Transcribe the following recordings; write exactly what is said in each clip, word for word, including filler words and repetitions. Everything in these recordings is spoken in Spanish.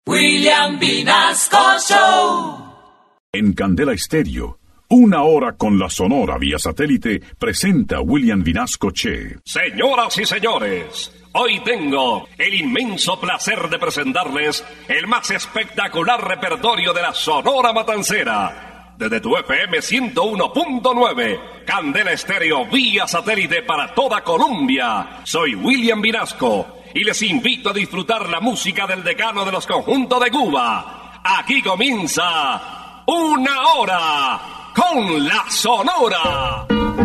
William Vinasco Show. En Candela Estéreo, una hora con la Sonora vía satélite, presenta William Vinasco Che. Señoras y señores, hoy tengo el inmenso placer de presentarles el más espectacular repertorio de la Sonora Matancera. Desde tu F M ciento uno punto nueve, Candela Estéreo vía satélite para toda Colombia. Soy William Vinasco y les invito a disfrutar la música del decano de los conjuntos de Cuba. Aquí comienza Una Hora con la Sonora.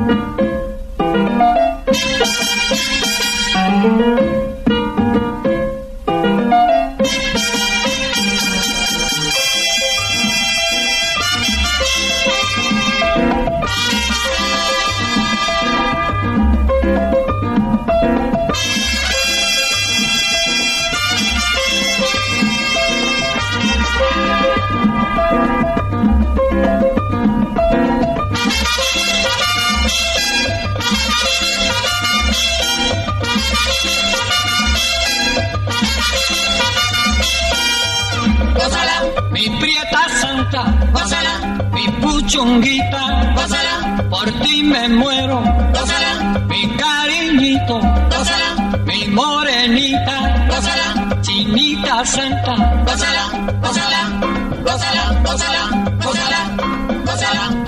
Mi prieta santa, gózala, mi puchunguita, gózala, por ti me muero, gózala, mi cariñito, gózala, mi morenita, gózala, chinita santa, gózala, gózala, gózala, gózala, gózala, gózala.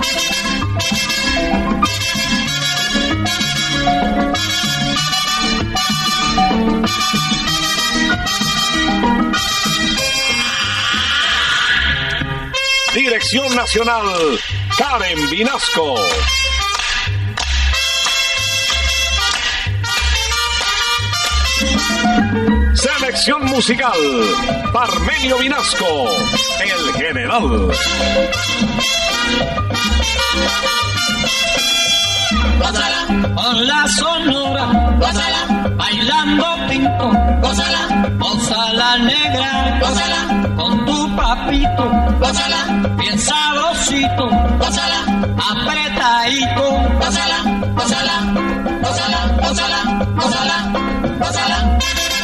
Dirección Nacional, Karen Vinasco. Selección musical, Parmenio Vinasco, el general. Gózala, con la Sonora, gózala, bailando pinto, gózala, gózala negra, gózala, con tu papito, gózala, bien sabrosito, gózala, apretadito, gózala, gózala, gózala, gózala, gózala, gózala.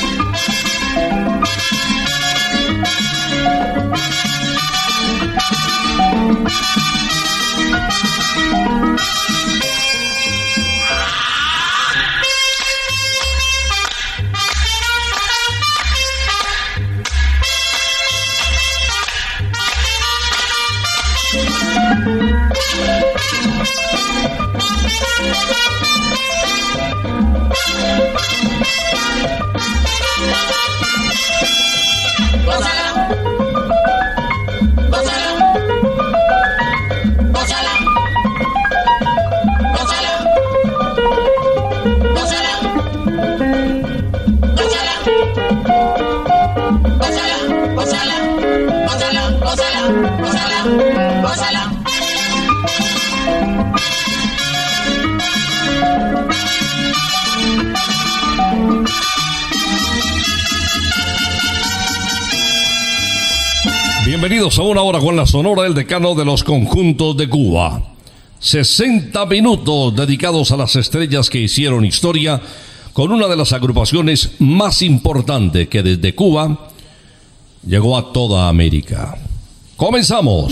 Bienvenidos a Una Hora con la Sonora del decano de los conjuntos de Cuba. sesenta minutos dedicados a las estrellas que hicieron historia con una de las agrupaciones más importantes que desde Cuba llegó a toda América. ¡Comenzamos!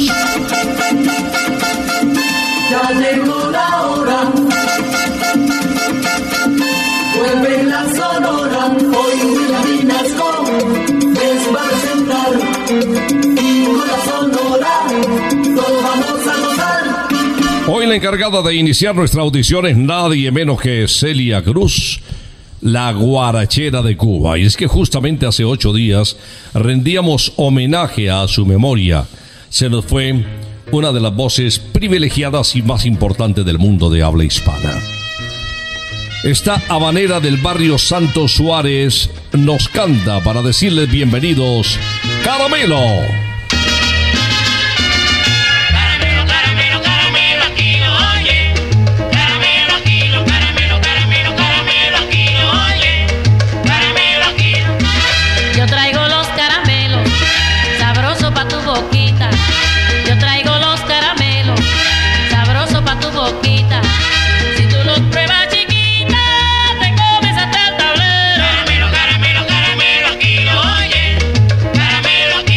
Ya llegó la hora. Vuelve la Sonora. Hoy William Vinasco les va a presentar. Y con la Sonora todos vamos a gozar. Hoy la encargada de iniciar nuestra audición es nadie menos que Celia Cruz, la guarachera de Cuba. Y es que justamente hace ocho días rendíamos homenaje a su memoria. Se nos fue una de las voces privilegiadas y más importantes del mundo de habla hispana. Esta habanera del barrio Santos Suárez nos canta para decirles bienvenidos, Caramelo. Caramelo, caramelo, aquí lo oye. Caramelo, aquí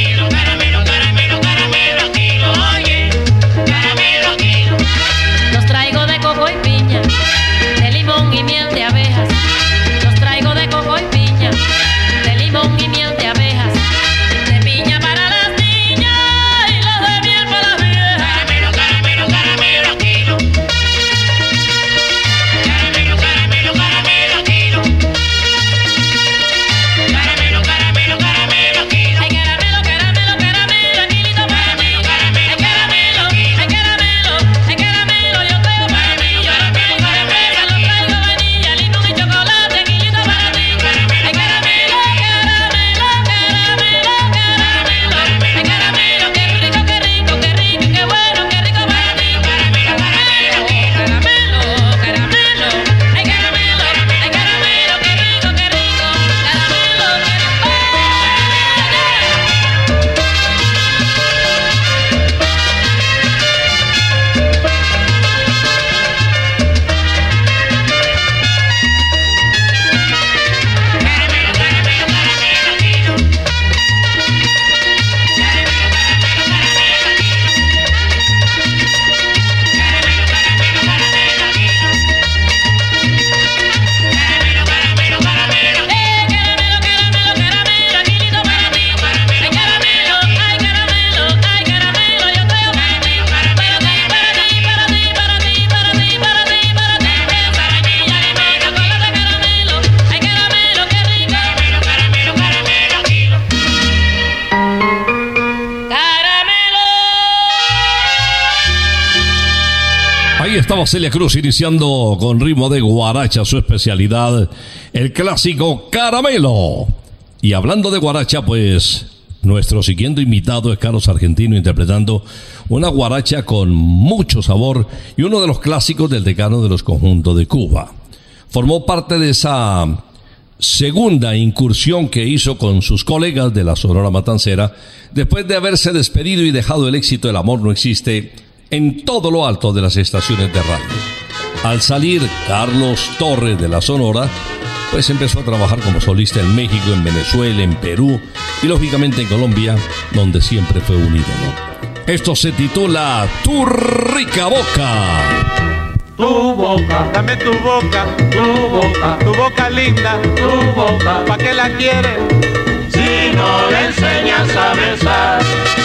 Ahí estaba Celia Cruz iniciando con ritmo de guaracha, su especialidad, el clásico Caramelo. Y hablando de guaracha, pues nuestro siguiente invitado es Carlos Argentino interpretando una guaracha con mucho sabor y uno de los clásicos del decano de los conjuntos de Cuba. Formó parte de esa segunda incursión que hizo con sus colegas de la Sonora Matancera después de haberse despedido y dejado el éxito El Amor No Existe en todo lo alto de las estaciones de radio. Al salir Carlos Torres de la Sonora, pues empezó a trabajar como solista en México, en Venezuela, en Perú y lógicamente en Colombia, donde siempre fue un ídolo. Esto se titula Tu Rica Boca. Tu boca, dame tu boca, tu boca, tu boca linda, tu boca, ¿pa' qué la quieres? Si no le enseñas a besar.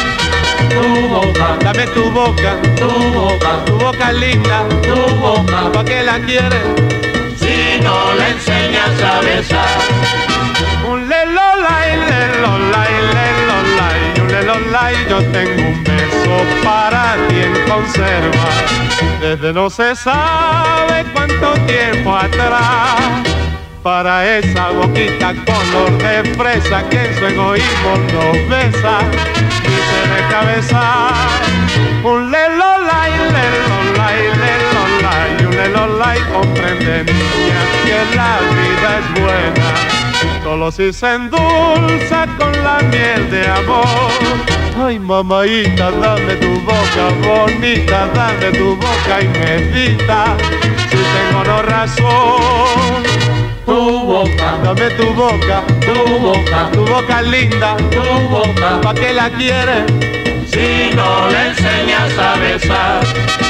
Tu boca, dame tu boca, tu boca, tu boca linda, tu boca, ¿pa' qué la quieres? Si no le enseñas a besar. Un lelolay, lelolay, lelolay, un lelolay, yo tengo un beso para ti en conserva. Desde no se sabe cuánto tiempo atrás, para esa boquita color de fresa que en su egoísmo nos besa y se deja besar. Un lelolay, lelolay, lelolay, un lelolay, comprende niña que la vida es buena, solo si se endulza con la miel de amor. Ay, mamaita, dame tu boca bonita, dame tu boca y medita, si tengo no razón. Tu boca, dame tu boca, tu boca, tu boca linda, tu boca, ¿pa' qué la quieres? Si no le enseñas a besar.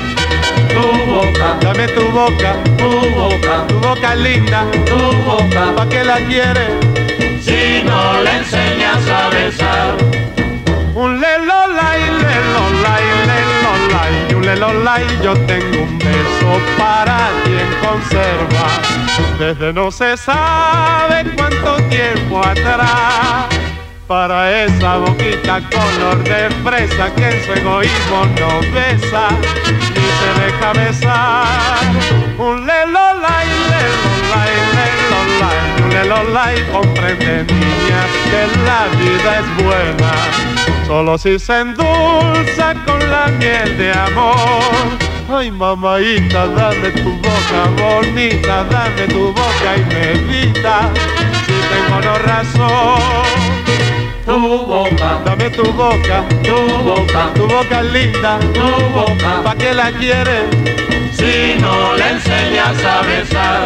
Tu boca, dame tu boca, tu boca, tu boca linda, tu boca, ¿pa' qué la quieres? Si no le enseñas a besar. Un lelolay, lelolay, lelolay, un lelolay, yo tengo un beso para ti en conserva. Desde no se sabe cuánto tiempo atrás, para esa boquita color de fresa que en su egoísmo no besa ni se deja besar. Un lelolay, lelolay, lelolay, un lelolay, comprende niña que la vida es buena, solo si se endulza con la miel de amor. Ay, mamaita, dame tu boca bonita, dame tu boca y medita, si tengo no razón. Tu boca, dame tu boca, tu boca, tu boca linda, tu boca, ¿pa' qué la quieres? Si no le enseñas a besar.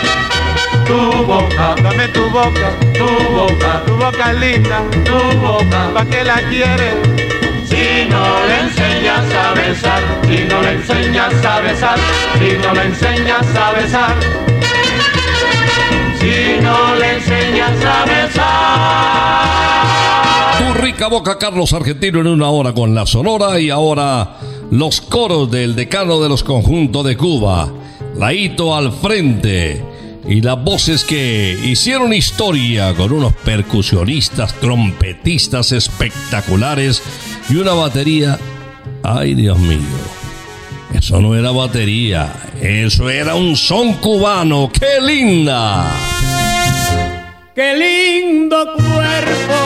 Tu boca, dame tu boca, tu boca, tu boca linda, tu boca, ¿pa' qué la quieres? Si no le enseñas a besar, si no le enseñas a besar, si no le enseñas a besar, si no le enseñas a besar. Tu Rica Boca, Carlos Argentino en una hora con la Sonora. Y ahora los coros del decano de los conjuntos de Cuba, Laito al frente, y las voces que hicieron historia con unos percusionistas, trompetistas espectaculares y una batería. Ay, Dios mío, eso no era batería, eso era un son cubano. ¡Qué linda! ¡Qué lindo cuerpo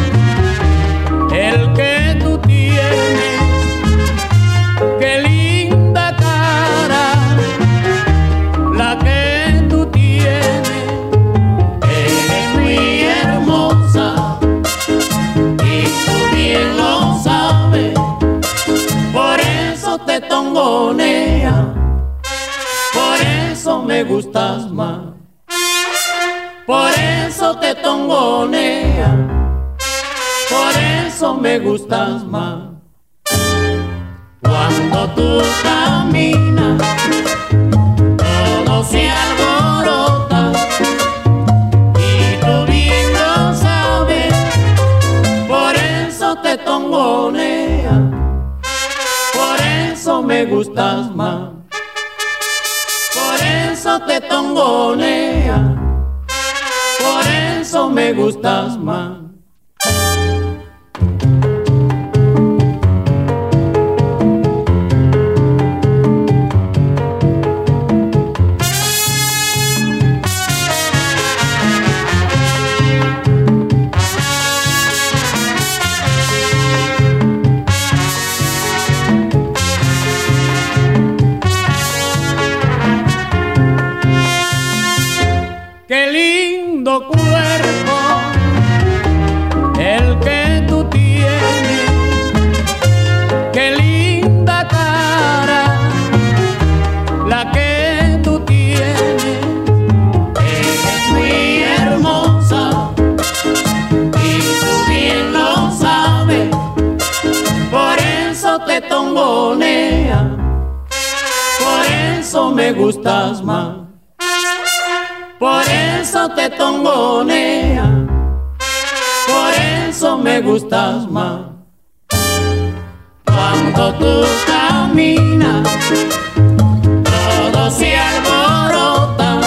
el que tú tienes! ¡Qué linda cara la que tú tienes! Eres muy hermosa y tú bien lo sabes, por eso te tongonea, por eso me gustas más. Por eso te tongonea, por eso me gustas más. Cuando tú caminas, todo se alborota, y tú bien lo sabes, por eso te tongonea, por eso me gustas más. Por eso te tongonea, por eso me gustas más. eso me gustas más. Por eso te tongonea, por eso me gustas más. Cuando tú caminas, todo se alborota,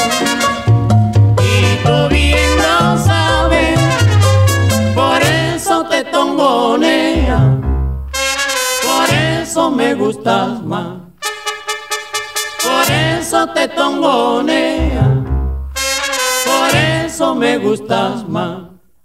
y tú bien lo sabes, por eso te tongonea, por eso me gustas más. Por eso te tongonea, por eso me gustas más.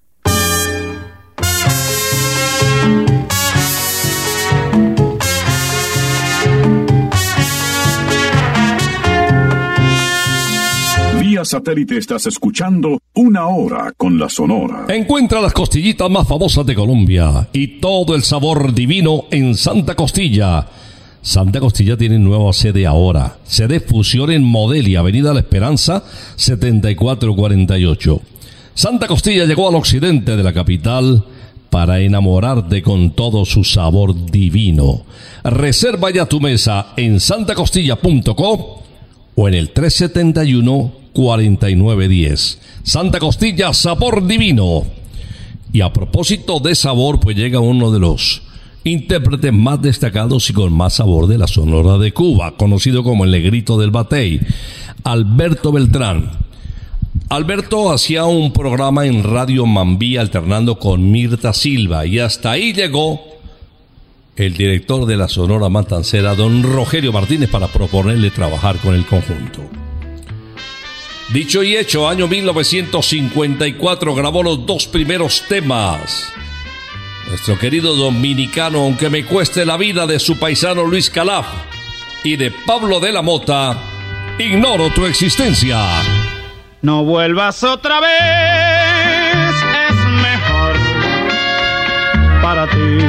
Vía satélite estás escuchando Una Hora con la Sonora. Encuentra las costillitas más famosas de Colombia y todo el sabor divino en Santa Costilla. Santa Costilla tiene nueva sede ahora. Sede Fusión en Modelia, Avenida La Esperanza, setenta y cuatro cuarenta y ocho. Santa Costilla llegó al occidente de la capital para enamorarte con todo su sabor divino. Reserva ya tu mesa en santacostilla punto co o en el tres setenta y uno, cuarenta y nueve diez. Santa Costilla, sabor divino. Y a propósito de sabor, pues llega uno de los intérpretes más destacados y con más sabor de la Sonora de Cuba, conocido como el Negrito del Batey, Alberto Beltrán. Alberto hacía un programa en Radio Mambí alternando con Mirta Silva, y hasta ahí llegó el director de la Sonora Matancera, don Rogelio Martínez, para proponerle trabajar con el conjunto. Dicho y hecho, año mil novecientos cincuenta y cuatro grabó los dos primeros temas. Nuestro querido dominicano, aunque me cueste la vida, de su paisano Luis Calaf, y de Pablo de la Mota, Ignoro tu existencia. No vuelvas otra vez, es mejor para ti.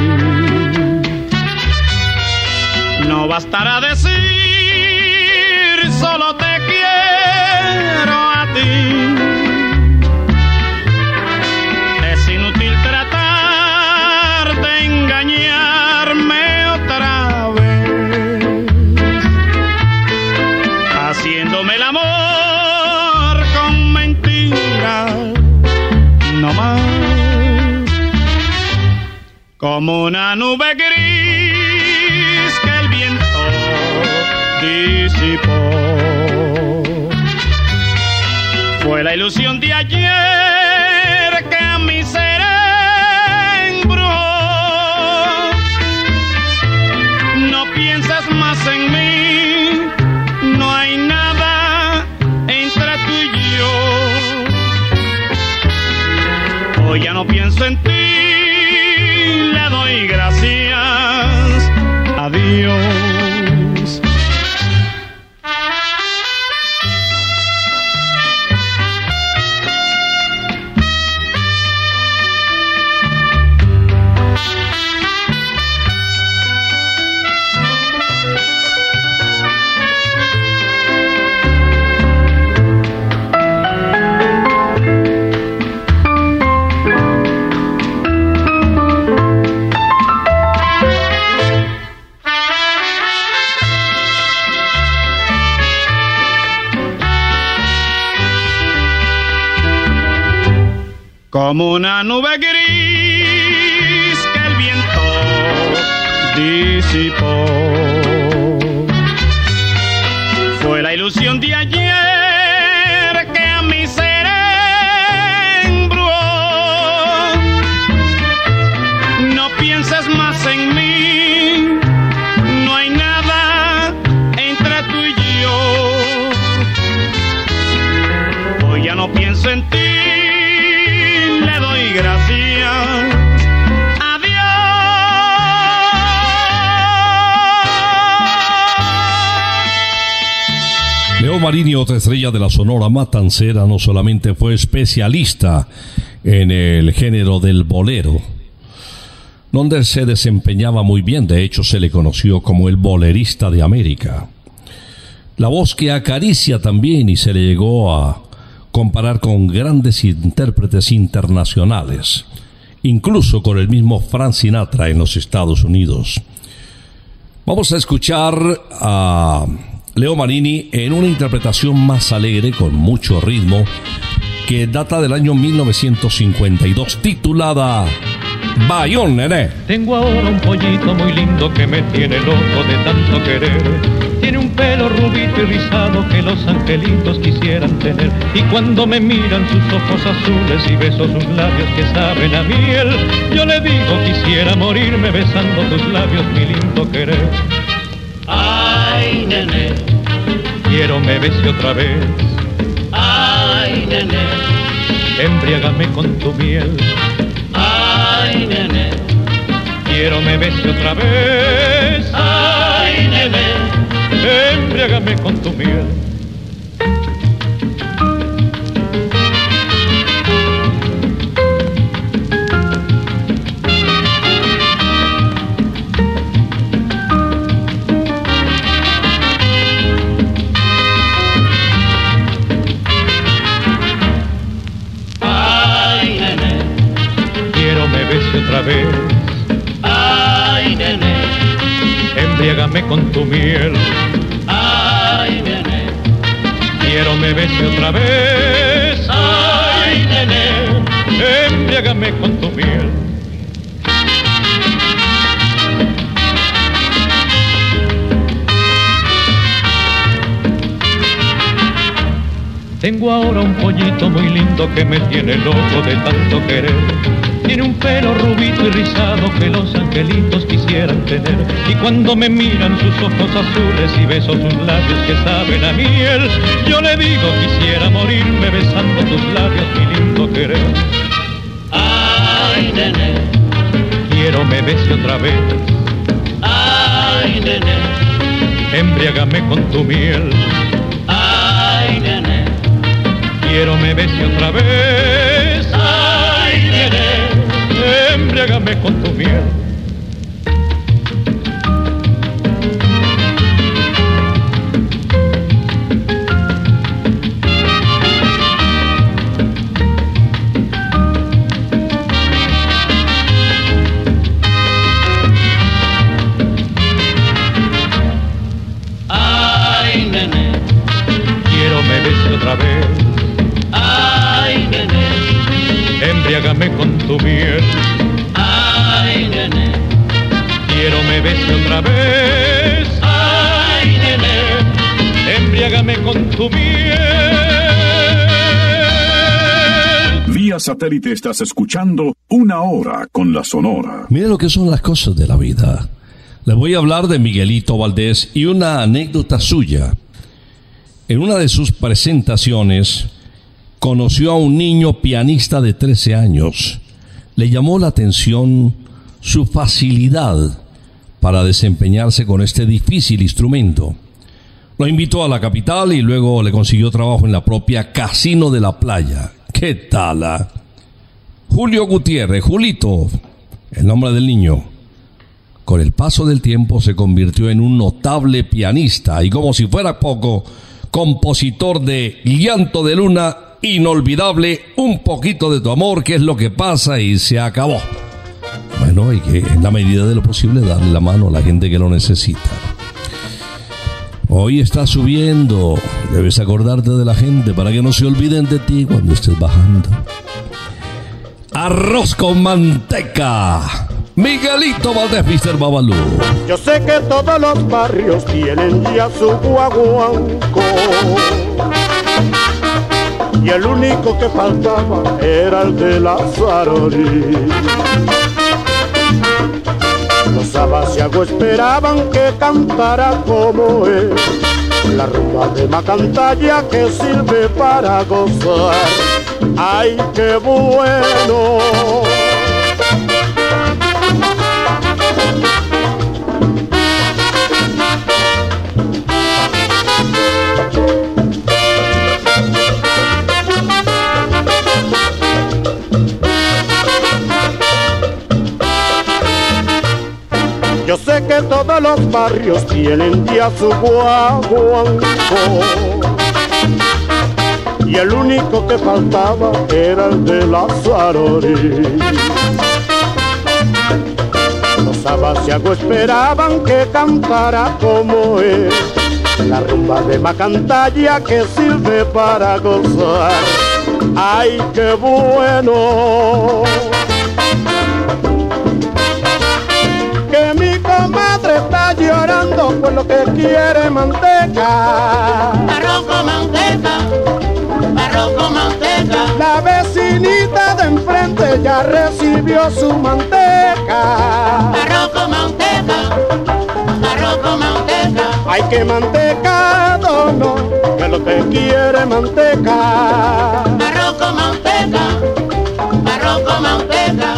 No bastará decir solo te quiero a ti. Es inútil tratar de engañarme otra vez, haciéndome el amor con mentiras, no más. Como una nube gris que el viento disipó, fue la ilusión de ayer que a mi ser embrujó. No pienses más en mí, no hay nada entre tú y yo. Hoy ya no pienso en ti, le doy gracias a Dios. Como una nube gris que el viento disipó, fue la ilusión de ayer que a mi ser embrujó. No pienses más en mí, no hay nada entre tú y yo. Hoy ya no pienso en ti, gracias a Dios. Leo Marini, otra estrella de la Sonora Matancera, no solamente fue especialista en el género del bolero, donde se desempeñaba muy bien. De hecho, se le conoció como el bolerista de América. La voz que acaricia también, y se le llegó a comparar con grandes intérpretes internacionales, incluso con el mismo Frank Sinatra en los Estados Unidos. Vamos a escuchar a Leo Marini en una interpretación más alegre, con mucho ritmo, que data del año mil novecientos cincuenta y dos, titulada Bayón, Nené. Tengo ahora un pollito muy lindo que me tiene loco de tanto querer. Tiene un pelo rubito y rizado que los angelitos quisieran tener. Y cuando me miran sus ojos azules y beso sus labios que saben a miel, yo le digo quisiera morirme besando tus labios, mi lindo querer. Ay, nene, quiero me bese otra vez. ay, nene, Embriágame con tu miel. ay, nene, Quiero me bese otra vez. ay, nene, Embriágame con tu miel. ay, nene, Quiero me bese otra vez. ay, nene, Embriágame con tu miel. ay, nene, Quiero me bese otra vez. ay, nene, Embriágame con tu miel. Tengo ahora un pollito muy lindo que me tiene loco de tanto querer. Tiene un pelo rubito y rizado que los angelitos quisieran tener. Y cuando me miran sus ojos azules y beso sus labios que saben a miel, yo le digo quisiera morirme besando tus labios, mi lindo querer. ay, nene, Quiero me bese otra vez. ay, nene, Embriágame con tu miel. ay, nene, Quiero me bese otra vez. ay, nene, Embriágame con tu miel. ay, nene, Quiero me bese otra vez. ay, nene, Embriágame con tu miel. ay, nene, Quiero me bese otra vez. ay, nene, Embriágame con tu miel. Vía satélite estás escuchando Una Hora con la Sonora. Mire lo que son las cosas de la vida. Le voy a hablar de Miguelito Valdés y una anécdota suya. En una de sus presentaciones conoció a un niño pianista de trece años. Le llamó la atención su facilidad para desempeñarse con este difícil instrumento. Lo invitó a la capital y luego le consiguió trabajo en la propia Casino de la Playa. ¿Qué tal? Ah? Julio Gutiérrez, Julito, el nombre del niño. Con el paso del tiempo se convirtió en un notable pianista y, como si fuera poco, compositor de Llanto de Luna, Inolvidable, Un poquito de tu amor, que es lo que pasa y se acabó. Bueno, hay que en la medida de lo posible darle la mano a la gente que lo necesita. Hoy está subiendo, debes acordarte de la gente para que no se olviden de ti cuando estés bajando. Arroz con manteca, Miguelito Valdés, mister Babalú. Yo sé que todos los barrios tienen ya su guaguanco, y el único que faltaba era el de Lazarorí. Los abasiagos esperaban que cantara como él, la rumba de Macantalla que sirve para gozar. ¡Ay, qué bueno! Yo sé que todos los barrios tienen ya su guaguanco, y el único que faltaba era el de Lazarorí. Los abasiagos esperaban que cantara como él, la rumba de Macantalla que sirve para gozar. ¡Ay, qué bueno! Que mi comadre está llorando por lo que quiere manteca. Arroz con manteca, arroz con manteca. La vecinita de enfrente ya recibió su manteca. Arroz con manteca, arroz con manteca. Ay, que mantecado no, que lo que quiere manteca. Arroz con manteca, arroz con manteca.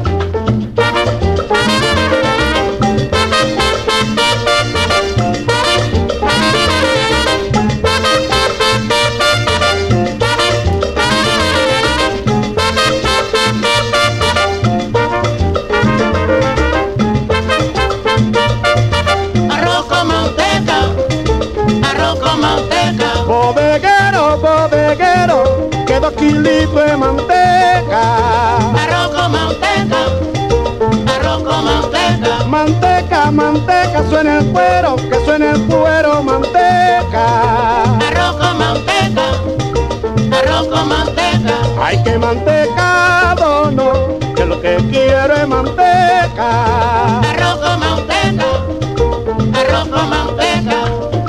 Bodeguero, bodeguero, que dos kilitos de manteca. Arroz con manteca, arroz con manteca. Manteca, manteca, suena el cuero, que suena el cuero, manteca. Arroz con manteca, arroz con manteca. Ay, que mantecado no, que lo que quiero es manteca. Arroz con manteca, arroz con manteca.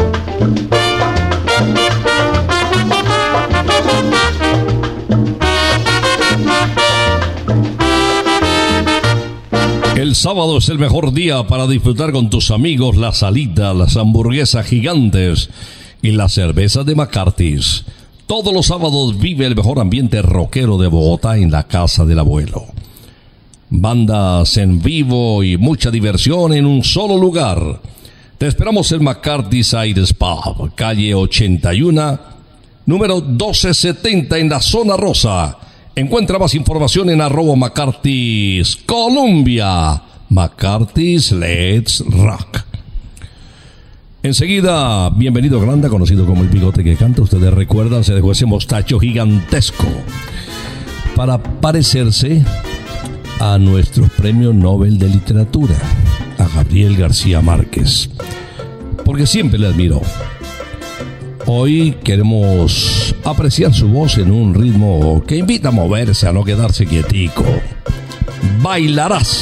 El sábado es el mejor día para disfrutar con tus amigos las alitas, las hamburguesas gigantes y las cervezas de McCarthy's. Todos los sábados vive el mejor ambiente rockero de Bogotá en la casa del abuelo. Bandas en vivo y mucha diversión en un solo lugar. Te esperamos en McCarthy's Aires Pub, calle ochenta y uno, número doce setenta en la zona rosa. Encuentra más información en arroba McCarthy's Colombia. McCarthy's Let's Rock. Enseguida, Bienvenido Granda, conocido como el bigote que canta. Ustedes recuerdan, se dejó ese mostacho gigantesco para parecerse a nuestro premio Nobel de Literatura, a Gabriel García Márquez, porque siempre le admiró. Hoy queremos apreciar su voz en un ritmo que invita a moverse, a no quedarse quietico. Bailarás.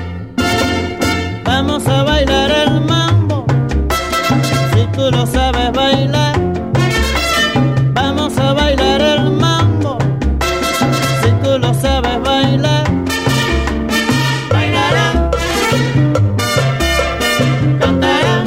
Vamos a bailar el mambo, si tú lo sabes bailar. Vamos a bailar el mambo, si tú lo sabes bailar. Bailará, cantará.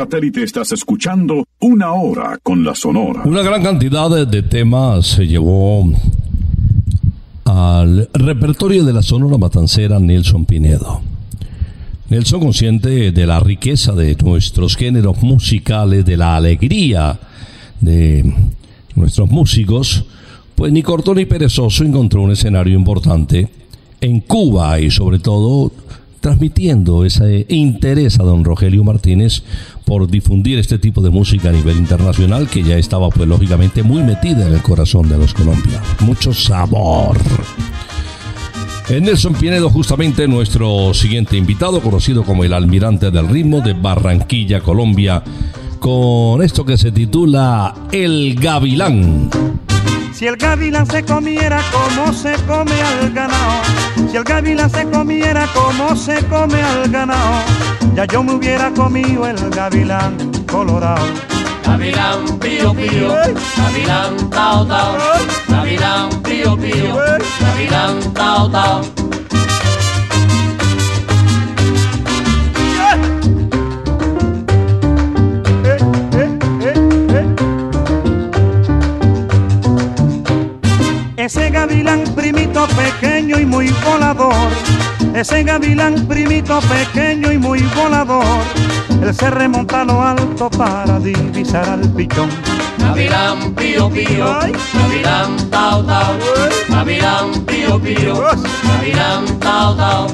satélite estás escuchando Una Hora con la Sonora. Una gran cantidad de, de temas se llevó al repertorio de la Sonora Matancera Nelson Pinedo. Nelson, consciente de la riqueza de nuestros géneros musicales, de la alegría de nuestros músicos, pues ni corto ni perezoso encontró un escenario importante en Cuba y sobre todo transmitiendo ese interés a don Rogelio Martínez por difundir este tipo de música a nivel internacional, que ya estaba pues lógicamente muy metida en el corazón de los colombianos. Mucho sabor. En Nelson Pinedo, justamente nuestro siguiente invitado, conocido como el Almirante del Ritmo de Barranquilla, Colombia, con esto que se titula El Gavilán. Si el gavilán se comiera como se come al ganado, si el gavilán se comiera como se come al ganado, ya yo me hubiera comido el gavilán colorado. Gavilán pío pío, gavilán tao tao, gavilán pío pío, gavilán tao tao. Ese gavilán primito pequeño y muy volador, ese gavilán primito pequeño y muy volador, él se remonta a lo alto para divisar al pichón. Gavilán pío pío, gavilán tao tao, gavilán pío pío, gavilán tao tao.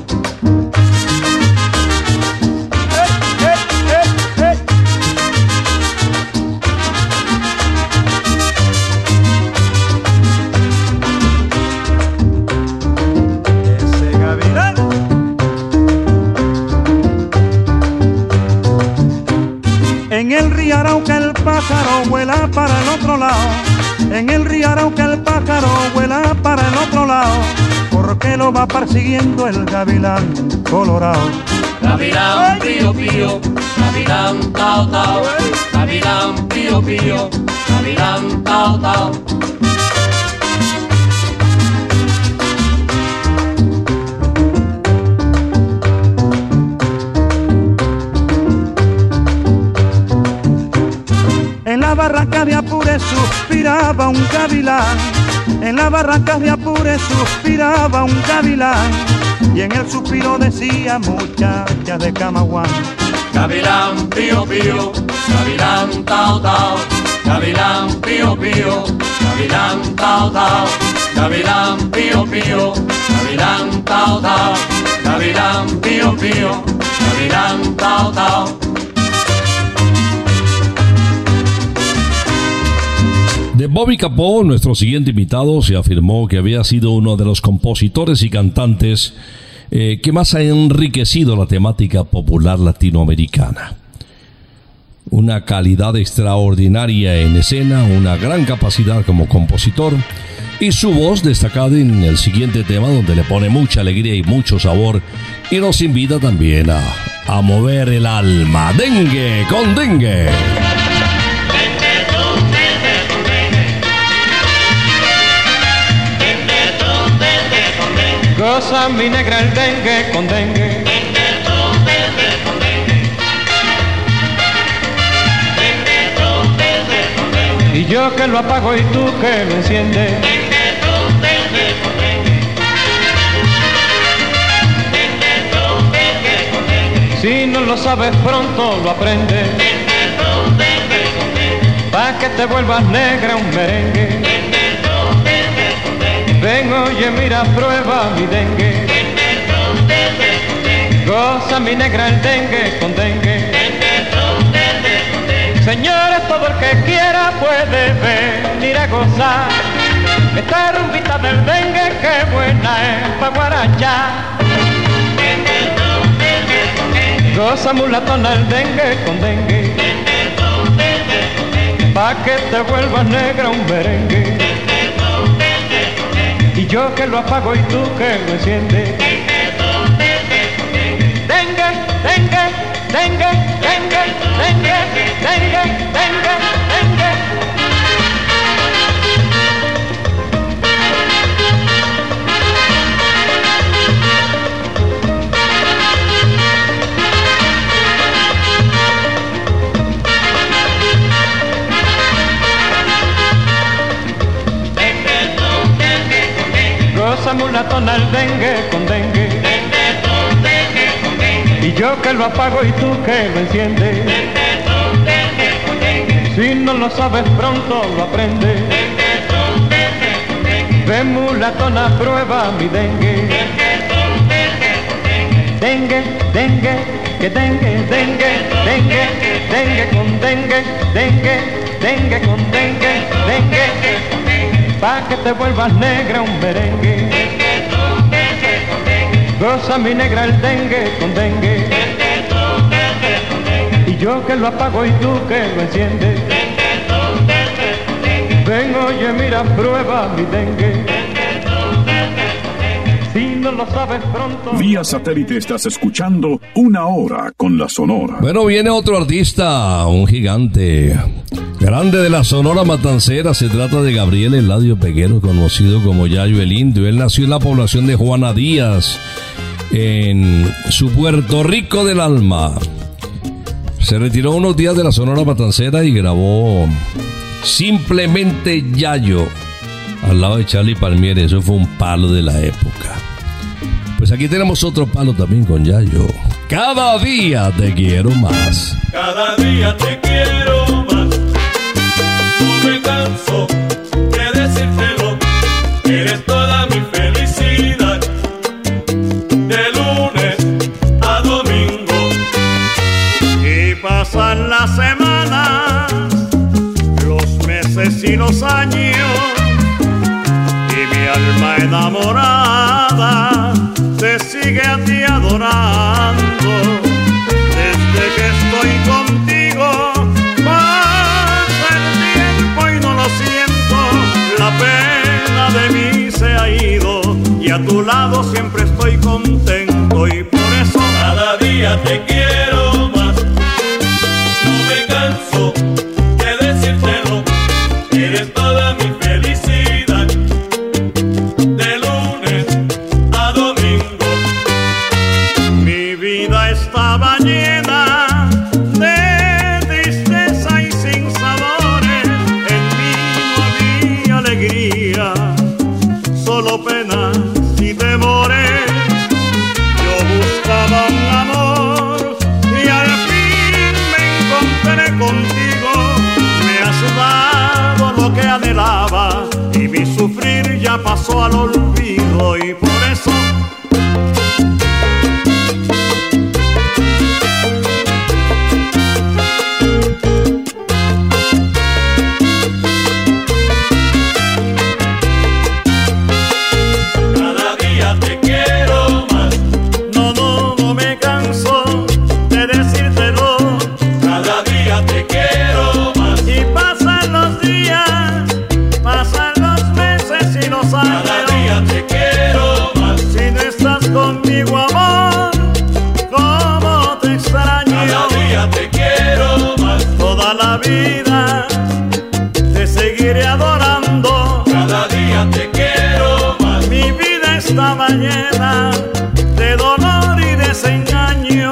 En el río Arauca el pájaro vuela para el otro lado, en el río Arauca el pájaro vuela para el otro lado, porque lo va persiguiendo el gavilán colorado. Gavilán pío pío, gavilán tao tao, gavilán pío pío, gavilán tao tao. En la barranca de Apure suspiraba un gavilán, en la barranca de Apure suspiraba un gavilán, y en el suspiro decía muchacha de Camaguán. Gavilán pío pío, gavilán tao tao, gavilán pío pío, gavilán tao tao, gavilán pío pío, gavilán tao tao, gavilán pío pío, gavilán tao tao. De Bobby Capó, nuestro siguiente invitado, se afirmó que había sido uno de los compositores y cantantes eh, que más ha enriquecido la temática popular latinoamericana. Una calidad extraordinaria en escena, una gran capacidad como compositor y su voz destacada en el siguiente tema, donde le pone mucha alegría y mucho sabor y nos invita también a, a mover el alma. Dengue con dengue. Goza mi negra el dengue con dengue. Y yo que lo apago y tú que lo enciendes. Si no lo sabes pronto lo aprendes. Pa' que te vuelvas negra un merengue. Ven, oye, mira, prueba mi dengue. Goza mi negra el dengue con dengue. Señores, todo el que quiera puede venir a gozar esta rumbita del dengue, que buena es pa' guarachar. Goza mulatona el dengue con dengue, pa' que te vuelvas negra un merengue. Y yo que lo apago y tú que lo enciendes. Dengue, dengue, dengue, dengue, dengue, dengue, dengue, dengue. goza mulatona el dengue con dengue. Dengue con dengue con dengue. Y yo que lo apago y tú que lo enciendes. Dengue con dengue con dengue. Si no lo sabes pronto lo aprendes. Dengue con dengue con dengue. Ven mulatona, prueba mi dengue. Dengue con dengue con dengue. Dengue, dengue, que dengue, dengue, dengue, dengue con dengue, dengue, dengue con dengue, dengue, pa' que te vuelvas negra un merengue. Dengue con dengue con dengue. Goza mi negra el dengue con dengue. Dengue con dengue con dengue. Y yo que lo apago y tú que lo enciendes. Dengue con dengue con dengue. Ven, oye, mira, prueba mi dengue. Si no lo sabes pronto. Vía satélite estás escuchando Una Hora con la Sonora. Bueno, viene otro artista, un gigante grande de la Sonora Matancera. Se trata de Gabriel Eladio Peguero, conocido como Yayo el Indio. Él nació en la población de Juana Díaz, en su Puerto Rico del alma. Se retiró unos días de la Sonora Matancera y grabó Simplemente Yayo al lado de Charlie Palmieri. Eso fue un palo de la época. Pues aquí tenemos otro palo también con Yayo. Cada día te quiero más. Cada día te quiero más. No me canso de decírtelo. Eres toda mi felicidad. De lunes a domingo. Y pasan las semanas, los meses y los años. Y mi alma enamorada te sigue a ti adorando. Desde que estoy contigo pasa el tiempo y no lo siento. La pena de mí se ha ido y a tu lado siempre estoy contento. Y por eso cada día te quiero más. No me canso de decírtelo. Eres toda mi felicidad. De lunes a domingo. mi vida estaba llena de tristeza y sin sabores. En mí no había alegría, solo penas y temores. Yo buscaba un amor y al fin me encontré contigo. Me has dado lo que anhelaba y mi sufrir ya pasó al olvido. Y por eso cada día te quiero más. no, no, no me canso de decírtelo. Cada día te quiero más. Y pasan los días, pasan los meses y los años. Cada día te quiero más. Si no estás conmigo, amor, cómo te extraño. Cada día te quiero más. Toda la vida te seguiré adorando. Cada día te quiero más. Mi vida estaba llena de dolor y desengaño.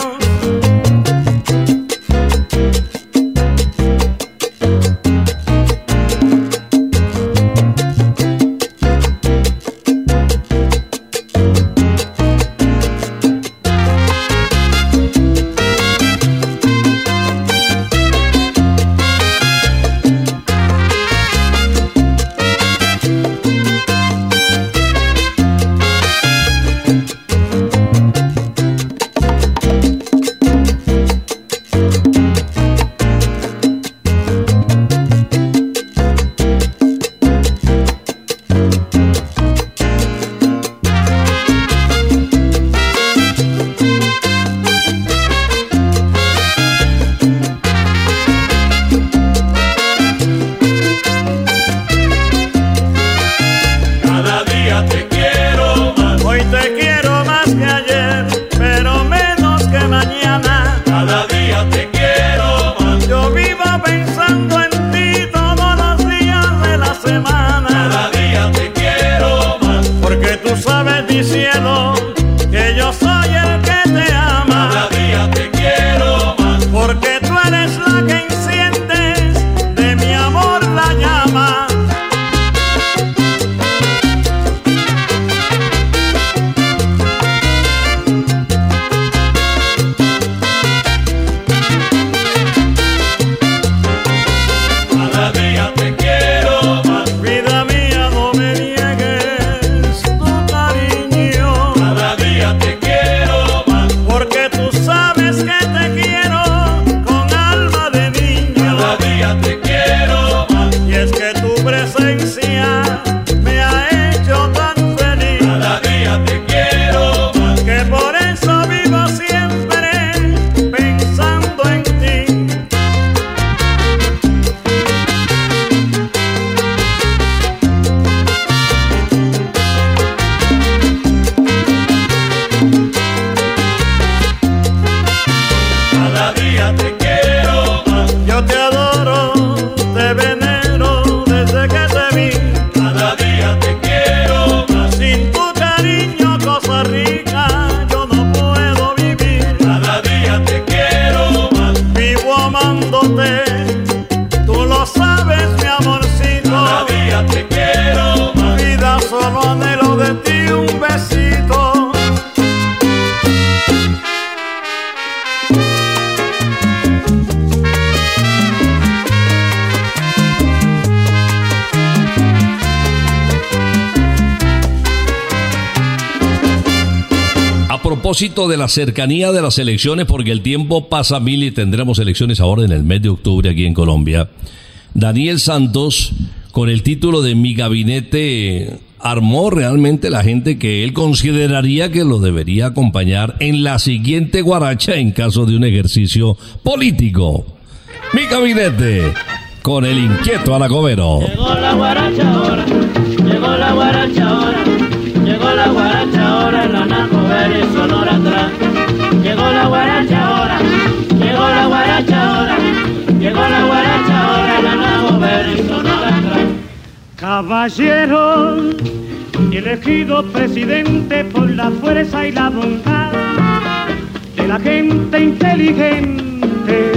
propósito de la cercanía de las elecciones, porque el tiempo pasa mil y tendremos elecciones ahora en el mes de octubre aquí en Colombia, Daniel Santos, con el título de Mi Gabinete, armó realmente la gente que él consideraría que lo debería acompañar en la siguiente guaracha en caso de un ejercicio político. Mi Gabinete, con el inquieto Anacobero. Llegó la guaracha ahora, llegó la guaracha ahora, llegó la guaracha ahora, el Anacobero y Sonora atrás. Llegó la guaracha ahora, llegó la guaracha ahora, llegó la guaracha ahora, el Anacobero y Sonora atrás. Caballero, elegido presidente por la fuerza y la bondad de la gente inteligente,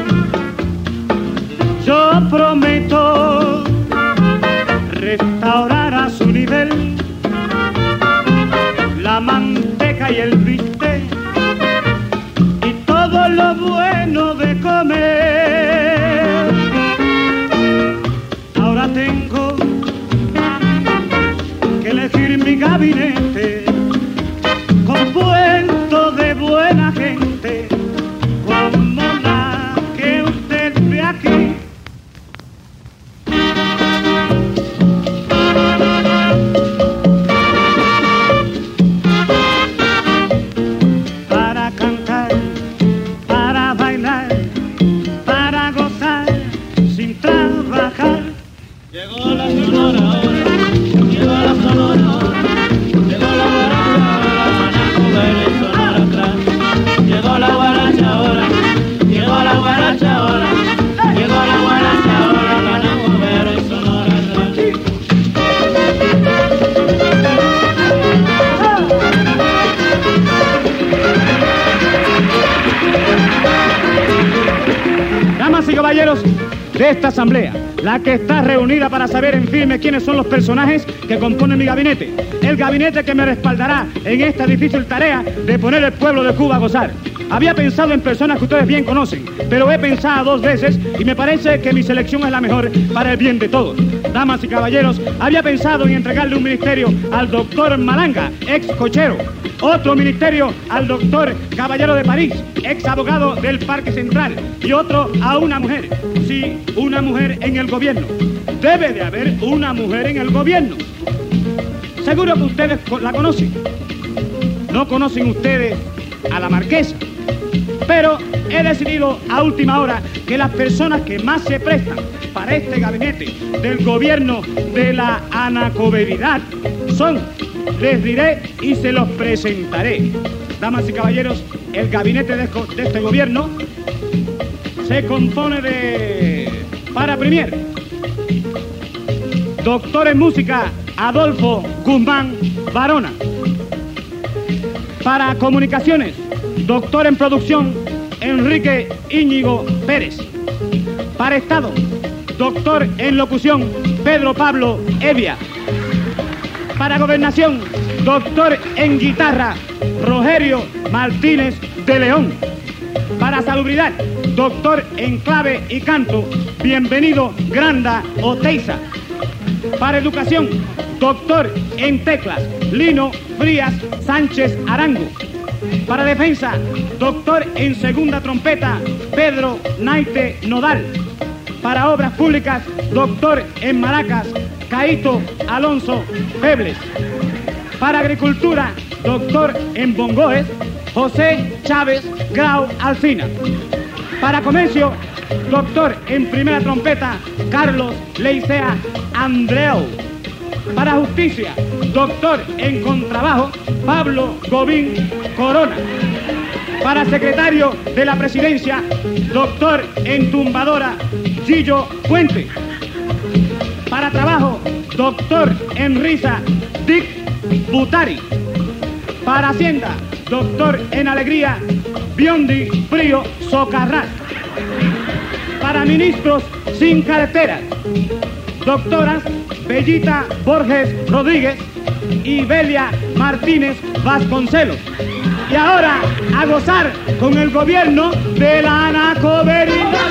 yo prometo restaurar a su nivel la manteca y el bistec y todo lo bueno de comer. Ahora tengo que elegir mi gabinete compuesto de buena gente como la que usted ve aquí. Para cantar, para bailar, para gozar sin trabajar. Llegó la Sonora ahora, llegó la Sonora ahora, llegó la guaracha ahora, Anacobero y Sonora atrás. Llegó la guaracha ahora, llegó la guaracha ahora, llegó la guaracha ahora, Anacobero y Sonora atrás. Damas y caballeros de esta asamblea, la que está reunida para saber en firme quiénes son los personajes que componen mi gabinete, el gabinete que me respaldará en esta difícil tarea de poner el pueblo de Cuba a gozar. Había pensado en personas que ustedes bien conocen, pero he pensado dos veces y me parece que mi selección es la mejor para el bien de todos. Damas y caballeros, había pensado en entregarle un ministerio al doctor Malanga, ex cochero, otro ministerio al doctor Caballero de París, ex abogado del Parque Central, y otro a una mujer. Sí, una mujer en el gobierno. Debe de haber una mujer en el gobierno. Seguro que ustedes la conocen. No conocen ustedes a la marquesa, pero he decidido a última hora que las personas que más se prestan para este gabinete del gobierno de la anacoberidad son, les diré y se los presentaré. Damas y caballeros, el gabinete de, de este gobierno se compone de, para premier, doctor en música Adolfo Guzmán Barona. Para comunicaciones, doctor en producción Enrique Íñigo Pérez. Para Estado, doctor en locución Pedro Pablo Evia. Para gobernación, doctor en guitarra Rogerio Martínez de León. Para salubridad, doctor en clave y canto Bienvenido Granda Oteiza. Para educación, doctor en teclas Lino Frías Sánchez Arango. Para defensa, doctor en segunda trompeta Pedro Naite Nodal. Para obras públicas, doctor en maracas Caíto Alonso Febles. Para agricultura, doctor en bongoes José Chávez Grau Alsina. Para comercio, doctor en primera trompeta Carlos Leicea Andreu. Para justicia, doctor en contrabajo Pablo Gobín Corona. Para secretario de la presidencia, doctor en tumbadora Gillo Puente. Para trabajo, doctor en risa Dick Butari. Para hacienda, doctor en alegría Biondi Frío Socarrat. Para ministros sin carteras, doctoras Bellita Borges Rodríguez y Belia Martínez Vasconcelos. Y ahora a gozar con el gobierno de la anacoberidad.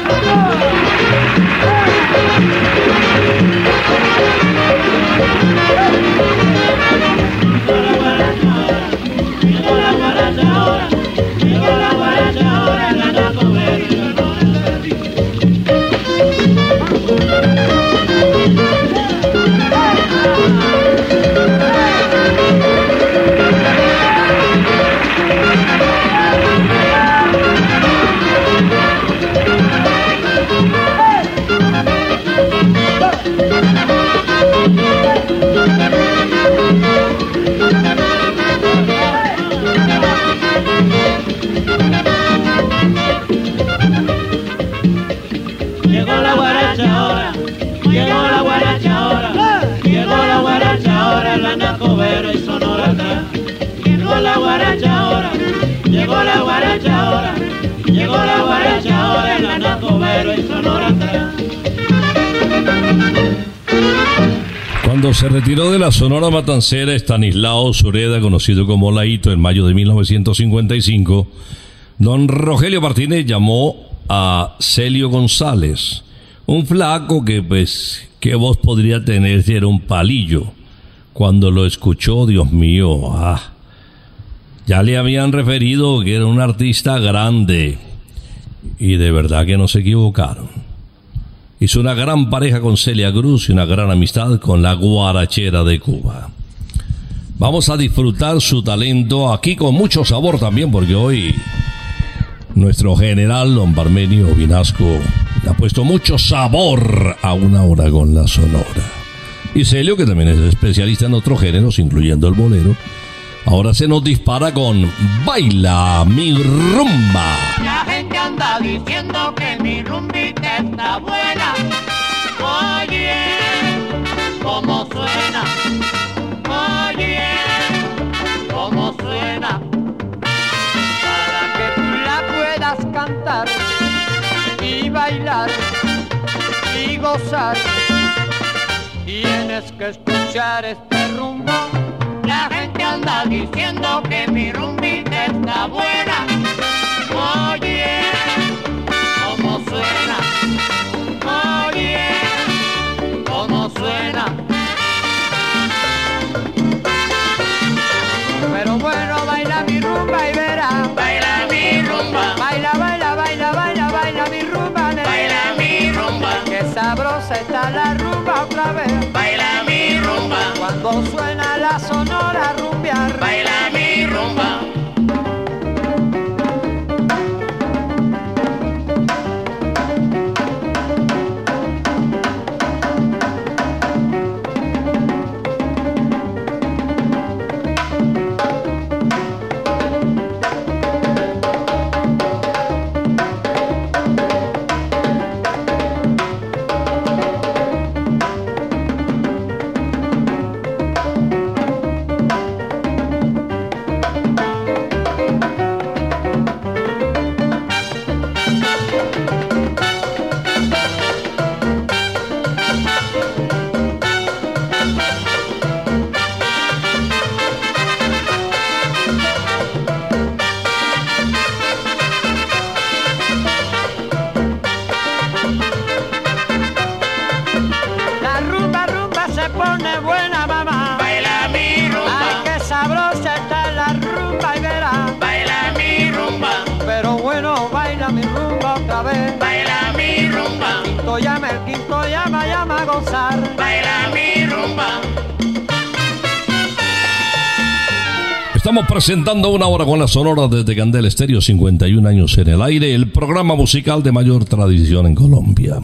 Llegó la guaracha Llegó la guaracha ahora, llegó la guaracha ahora, llegó la guaracha ahora, la Nacobero y Sonora atrás. Llegó la guaracha ahora, llegó la guaracha ahora, llegó la guaracha ahora, la Nacobero y Sonora atrás. Cuando se retiró de la Sonora Matancera, Estanislao Sureda, conocido como Laito, en mayo de mil novecientos cincuenta y cinco, don Rogelio Martínez llamó a Celio González, un flaco que, pues, qué voz podría tener si era un palillo. Cuando lo escuchó, Dios mío, ah, ya le habían referido que era un artista grande, y de verdad que no se equivocaron. Hizo una gran pareja con Celia Cruz y una gran amistad con la guarachera de Cuba. Vamos a disfrutar su talento aquí con mucho sabor también, porque hoy nuestro general don Parmenio Vinasco le ha puesto mucho sabor a Una Hora con la Sonora. Y Celio, que también es especialista en otros géneros, incluyendo el bolero, ahora se nos dispara con Baila mi rumba. La gente anda diciendo que mi rumbita está buena. Oye, cómo suena. Oye, cómo suena. Para que tú la puedas cantar y bailar y gozar, tienes que escuchar este rumbo. La gente anda diciendo que mi rumbita está buena. Oye, cómo suena. Oye, cómo suena. Pero bueno, baila mi rumba y verá. Baila mi rumba. Baila, baila, baila, baila, baila mi rumba. Nene. Baila mi rumba. Que sabrosa está la rumba otra vez. Baila mi rumba. Cuando suena la sonora rumbear. Baila mi rumba. Estamos presentando Una Hora con la Sonora desde Candela Estéreo, cincuenta y un años en el aire, el programa musical de mayor tradición en Colombia.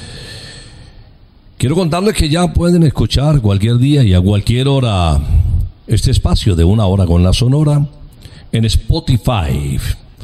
Quiero contarles que ya pueden escuchar cualquier día y a cualquier hora este espacio de Una Hora con la Sonora en Spotify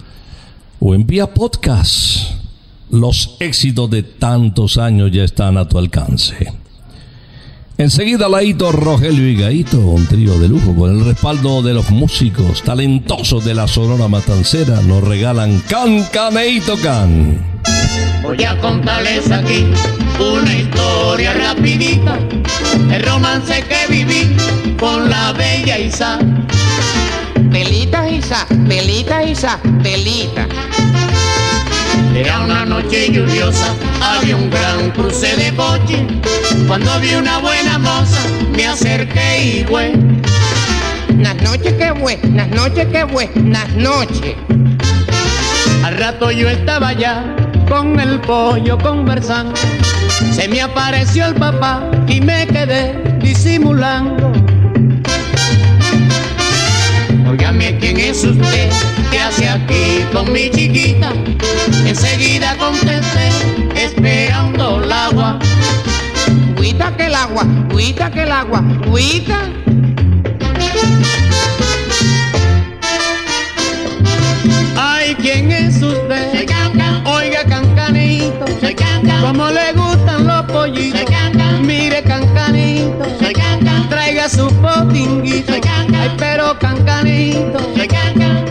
o en vía podcast. Los éxitos de tantos años ya están a tu alcance. Enseguida Laito, Rogelio y Gaito, un trío de lujo con el respaldo de los músicos talentosos de la Sonora Matancera, nos regalan Can Caneito Can. Voy a contarles aquí una historia rapidita, el romance que viví con la bella Isa. Pelita Isa, pelita Isa, pelita. Era una noche lluviosa, había un gran cruce de coche. Cuando vi una buena moza, me acerqué y fue. Las noches que buenas noches que buenas noches. Al rato yo estaba allá con el pollo conversando. Se me apareció el papá y me quedé disimulando. Óigame, ¿quién es usted? ¿Qué hace aquí con mi chiquita? Enseguida contesté, esperando el agua. Agüita, Agüita que el agua, agüita que el agua, agüita. Ay, ¿quién es usted? Soy Cancan. Oiga, Cancanito, Soy Cancan. ¿cómo le gustan los pollitos? Soy Cancan. Mire, Cancanito, Soy Cancan. traiga su potinguito. Soy Cancan. Ay, pero Cancanito, Soy Cancan.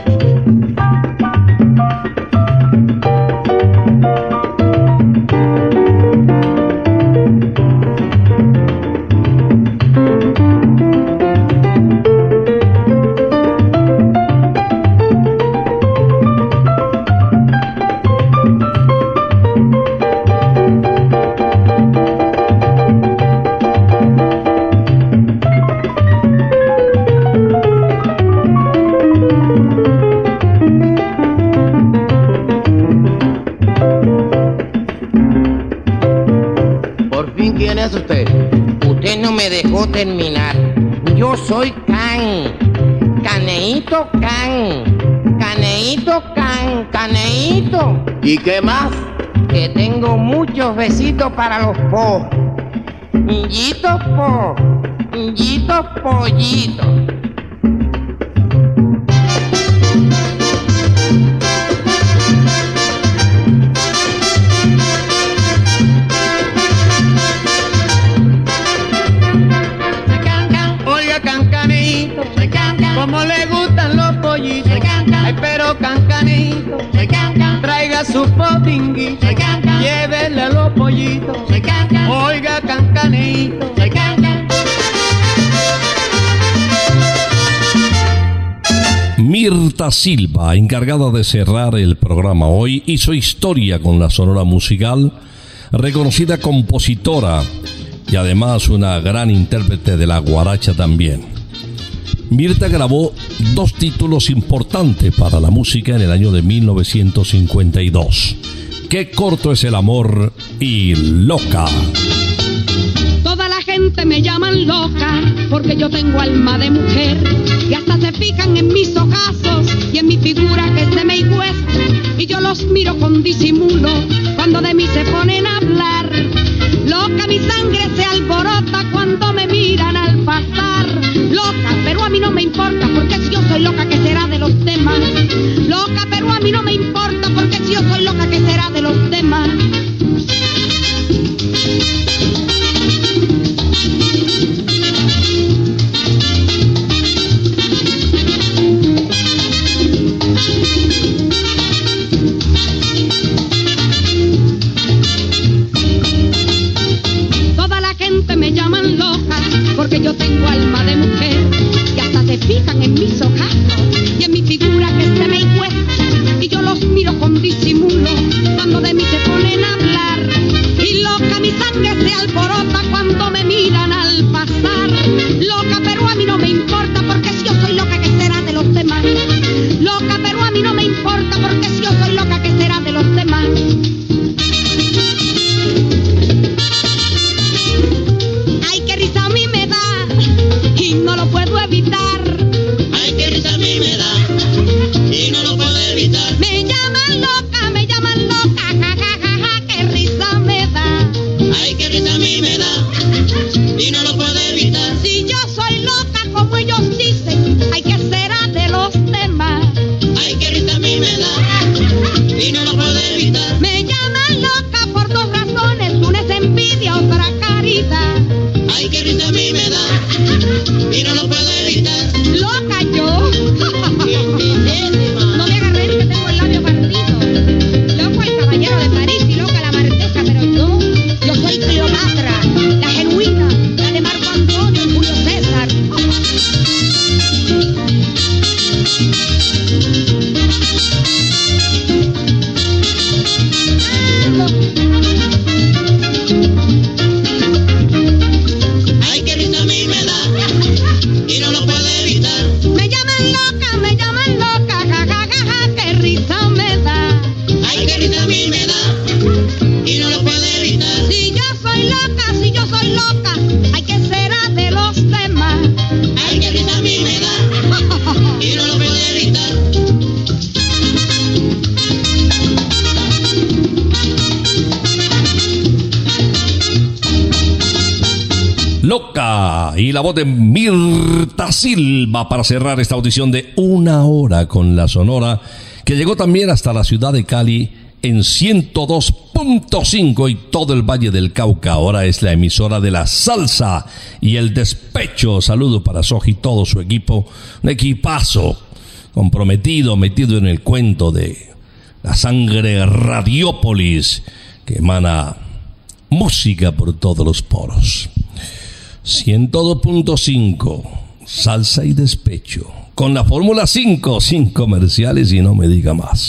¿Quién es usted? Usted no me dejó terminar. Yo soy Can. Caneíto Can. Caneíto Can. Caneíto. ¿y qué más? Que tengo muchos besitos para los po. Yito po. Yito pollito. Oiga, Cancanito, Soy Cancan. ¿cómo le gustan los pollitos? Soy Cancan. Ay, pero Cancanito, Soy Cancan. traiga su potinguito. Soy Cancan. Llévele a los pollitos. Soy Cancan. Oiga, Cancanito, Soy Cancan. Mirta Silva, encargada de cerrar el programa hoy, hizo historia con la Sonora Musical, reconocida compositora y además una gran intérprete de la guaracha también. Mirta grabó dos títulos importantes para la música en el año de mil novecientos cincuenta y dos. Qué corto es el amor y Loca. Toda la gente me llaman loca porque yo tengo alma de mujer y hasta se fijan en mis ojazos y en mi figura que se me hicuesta y yo los miro con disimulo cuando de mí se ponen a hablar. Loca mi sangre se alborota cuando me miran al pasar. Loca, pero a mí no me importa porque si yo soy loca que será de los demás. Loca, pero a mí no me importa porque si yo soy loca que será de los demás. Me llaman loca porque yo tengo alma de mujer y hasta se fijan en mis ojazos y en mi figura que se me encuesta y yo los miro con disimulo cuando de mí se ponen a hablar y loca mi sangre se alborota cuando me miran al pasar. Loca, pero a mí no me importa porque si yo soy loca que será de los demás. Loca, pero a mí no me importa porque si yo soy loca que será de los demás. A mí me da y no lo puedo evitar. Ay, qué risa a mí me da y no lo puedo evitar. Me llaman loca, me llaman loca, ja, ja, ja, ja, qué risa me da. Ay, qué risa a mí me da y no lo puedo evitar. Si yo soy loca como ellos dicen, ay, que será de los demás. Ay, qué risa a mí me da y no lo puedo evitar. Me llaman loca por dos razones, una es envidia, otra caridad. Ay, qué risa a mí me da y no lo puedo evitar. Loca yo. No me agarré que tengo el labio partido. Loco el caballero de París y loca la marquesa, pero yo, yo soy Cleopatra, la genuina, la de Marco Antonio y Julio César. Ay, qué risa a mí me da Loca, y la voz de Mirta Silva para cerrar esta audición de Una Hora con la Sonora, que llegó también hasta la ciudad de Cali en ciento dos punto cinco y todo el Valle del Cauca. Ahora es la emisora de la salsa y el despecho. Saludo para Soji y todo su equipo, un equipazo comprometido, metido en el cuento de la sangre Radiópolis, que emana música por todos los poros. ciento dos punto cinco, salsa y despecho, con la Fórmula cinco, sin comerciales y no me diga más.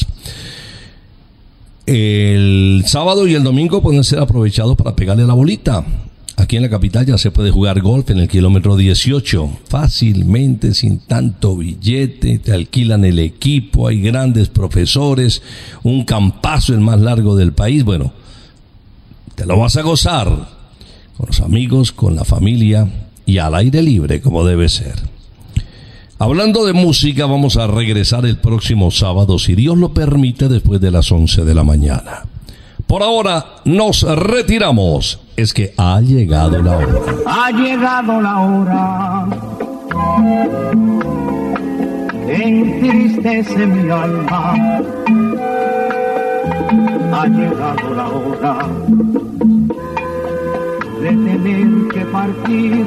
El sábado y el domingo pueden ser aprovechados para pegarle la bolita. Aquí en la capital ya se puede jugar golf en el kilómetro dieciocho, fácilmente, sin tanto billete, te alquilan el equipo, hay grandes profesores, un campazo el más largo del país. Bueno, te lo vas a gozar con los amigos, con la familia y al aire libre como debe ser. Hablando de música, vamos a regresar el próximo sábado, si Dios lo permite, después de las once de la mañana. Por ahora nos retiramos. Es que ha llegado la hora. Ha llegado la hora que entristece mi alma. Ha llegado la hora de tener que partir.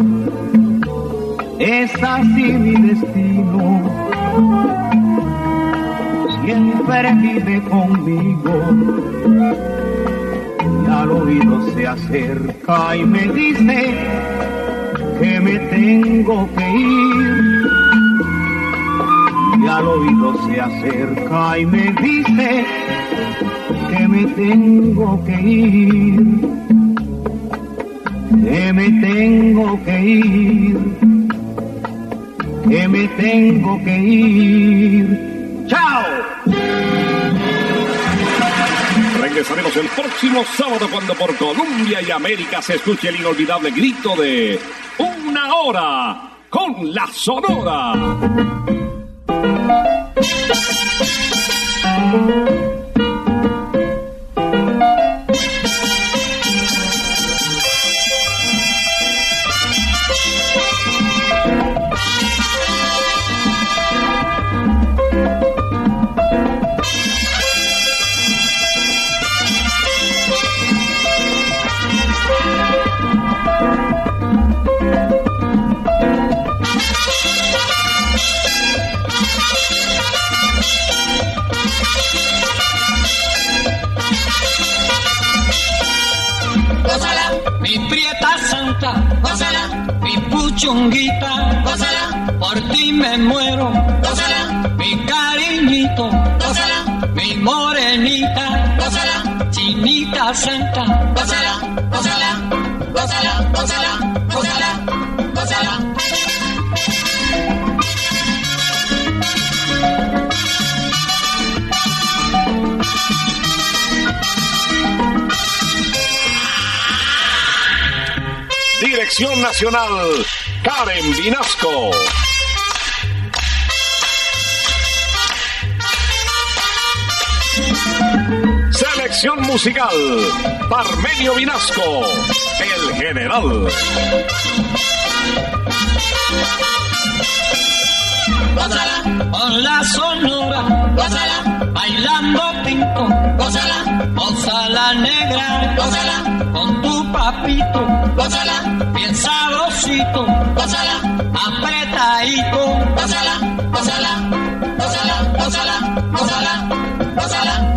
Es así mi destino, siempre vive conmigo, y al oído se acerca y me dice que me tengo que ir, y al oído se acerca y me dice que me tengo que ir, que me tengo que ir, que me tengo que ir. ¡Chao! Regresaremos el próximo sábado cuando por Colombia y América se escuche el inolvidable grito de Una Hora con la Sonora. Mi prieta santa, gózala, mi puchunguita, gózala, por ti me muero, gózala, mi cariñito, gózala, mi morenita, gózala, chinita santa, gózala, gózala, gózala, gózala, gózala, gózala. Dirección Nacional, Karen Vinasco. Selección musical, Parmenio Vinasco, el general. Gózala, con la Sonora, gózala, bailando pinto, gózala, gózala negra, gózala, con tu papito, gózala, bien sabrosito, gózala, apretadito, gózala, gózala, gózala, gózala, gózala, gózala.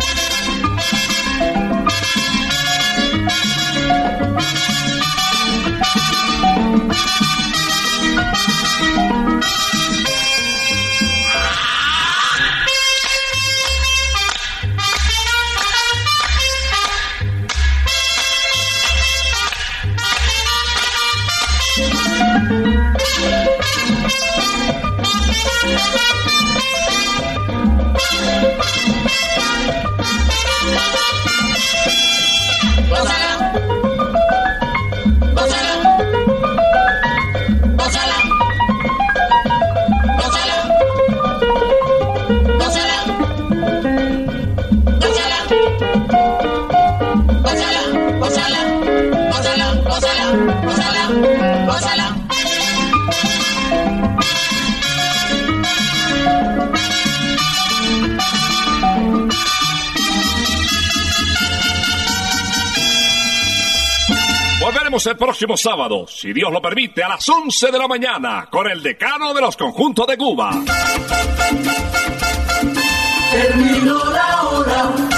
Gózala, gózala, gózala, gózala, gózala. vemos el próximo sábado, si Dios lo permite, a las once de la mañana, con el decano de los conjuntos de Cuba. Terminó la hora.